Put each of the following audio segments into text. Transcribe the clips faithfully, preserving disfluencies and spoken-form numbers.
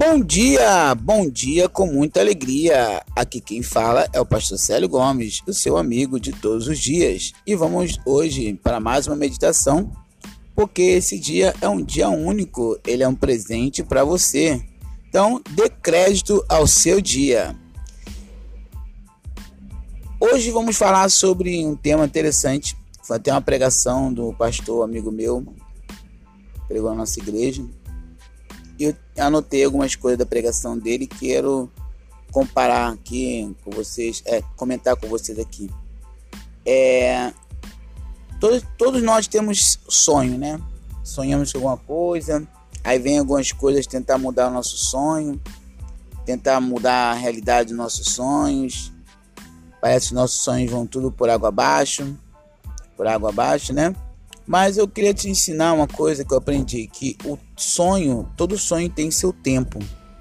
Bom dia, bom dia com muita alegria. Aqui quem fala é o pastor Célio Gomes, o seu amigo de todos os dias. E vamos hoje para mais uma meditação, porque esse dia é um dia único, ele é um presente para você. Então, dê crédito ao seu dia. Hoje vamos falar sobre um tema interessante. Foi até uma pregação do pastor amigo meu, pregou na nossa igreja. Eu anotei algumas coisas da pregação dele e quero comparar aqui com vocês, é, comentar com vocês aqui. É, todos, todos nós temos sonho, né? Sonhamos com alguma coisa, aí vem algumas coisas tentar mudar o nosso sonho, tentar mudar a realidade dos nossos sonhos. Parece que nossos sonhos vão tudo por água abaixo, por água abaixo, né? Mas eu queria te ensinar uma coisa que eu aprendi, que o sonho, todo sonho tem seu tempo.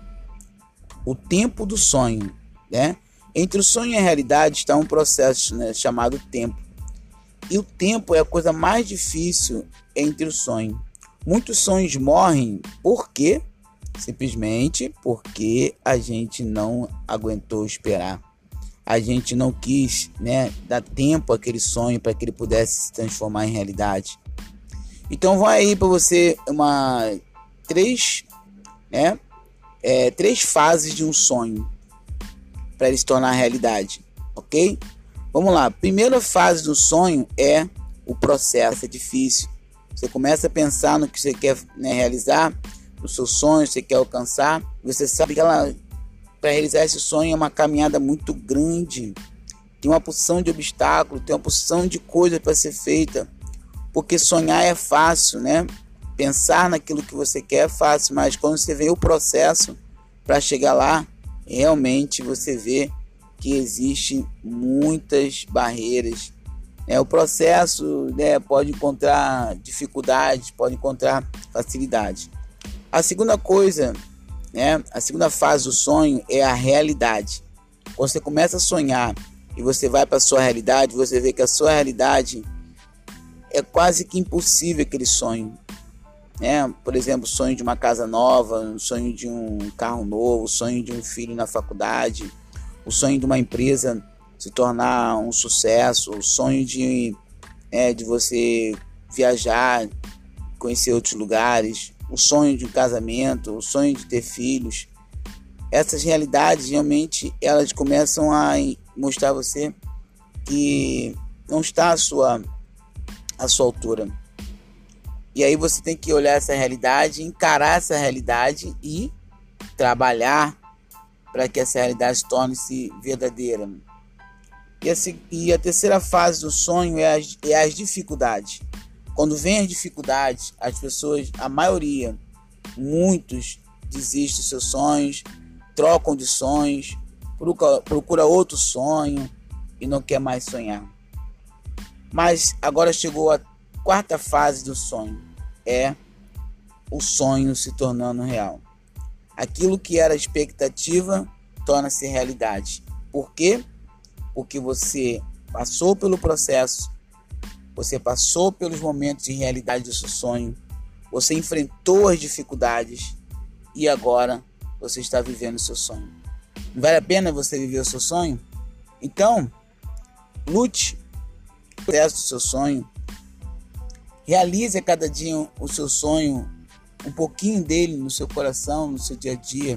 O tempo do sonho, né? Entre o sonho e a realidade está um processo, né, chamado tempo. E o tempo é a coisa mais difícil entre o sonho. Muitos sonhos morrem por quê? Simplesmente porque a gente não aguentou esperar. A gente não quis, né, dar tempo àquele sonho para que ele pudesse se transformar em realidade. Então vai aí para você uma três, né, é, três fases de um sonho para ele se tornar realidade, ok? Vamos lá. Primeira fase do sonho é o processo. É difícil. Você começa a pensar no que você quer, né, realizar, nos seus sonhos, você quer alcançar. Você sabe que ela para realizar esse sonho é uma caminhada muito grande, tem uma porção de obstáculos, tem uma porção de coisas para ser feita, porque sonhar é fácil, né? Pensar naquilo que você quer é fácil, mas quando você vê o processo para chegar lá, realmente você vê que existe muitas barreiras, né? O processo, né, pode encontrar dificuldades, pode encontrar facilidade. A segunda coisa, né? A segunda fase do sonho é a realidade. Quando você começa a sonhar e você vai para a sua realidade, você vê que a sua realidade é quase que impossível aquele sonho, né? Por exemplo, o sonho de uma casa nova, o sonho de um carro novo, o sonho de um filho na faculdade, o sonho de uma empresa se tornar um sucesso, o sonho de, é, de você viajar, conhecer outros lugares, o sonho de um casamento, o sonho de ter filhos. Essas realidades realmente elas começam a mostrar a você que não está à sua, à sua altura. E aí você tem que olhar essa realidade, encarar essa realidade e trabalhar para que essa realidade se torne-se verdadeira. E a, e a terceira fase do sonho é as, é as dificuldades. Quando vem as dificuldades, as pessoas, a maioria, muitos desistem dos seus sonhos, trocam de sonhos, procura, procura outro sonho e não quer mais sonhar. Mas agora chegou a quarta fase do sonho, é o sonho se tornando real. Aquilo que era expectativa torna-se realidade. Por quê? Porque você passou pelo processo, você passou pelos momentos de realidade do seu sonho, você enfrentou as dificuldades e agora você está vivendo o seu sonho. Não vale a pena você viver o seu sonho? Então, lute pelo processo do seu sonho, realize a cada dia o seu sonho, um pouquinho dele no seu coração, no seu dia a dia.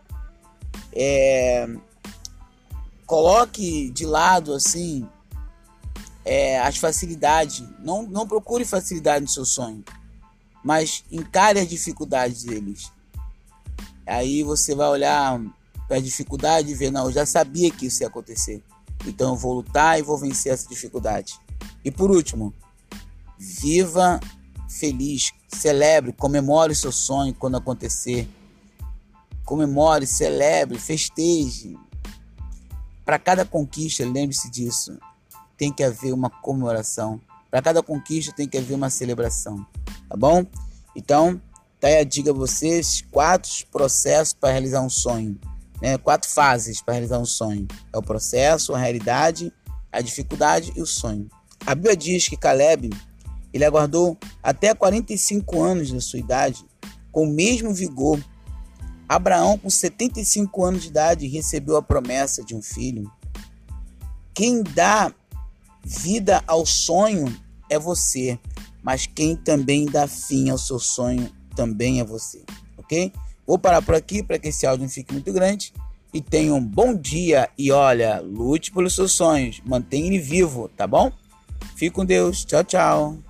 É, coloque de lado assim É, as facilidades, não, não procure facilidade no seu sonho, mas encare as dificuldades deles. Aí você vai olhar para a dificuldade e ver, não, eu já sabia que isso ia acontecer, então eu vou lutar e vou vencer essa dificuldade. E por último, viva feliz, celebre, comemore o seu sonho quando acontecer, comemore, celebre, festeje. Para cada conquista, lembre-se disso, tem que haver uma comemoração. Para cada conquista tem que haver uma celebração, tá bom? Então, tá aí a dica a vocês, quatro processos para realizar um sonho, né? Quatro fases para realizar um sonho. É o processo, a realidade, a dificuldade e o sonho. A Bíblia diz que Caleb, ele aguardou até quarenta e cinco anos da sua idade com o mesmo vigor Abraão, com setenta e cinco anos de idade, recebeu a promessa de um filho. Quem dá vida ao sonho é você, mas quem também dá fim ao seu sonho também é você, ok? Vou parar por aqui para que esse áudio não fique muito grande. E tenha um bom dia e olha, lute pelos seus sonhos, mantenha ele vivo, tá bom? Fique com Deus, tchau, tchau.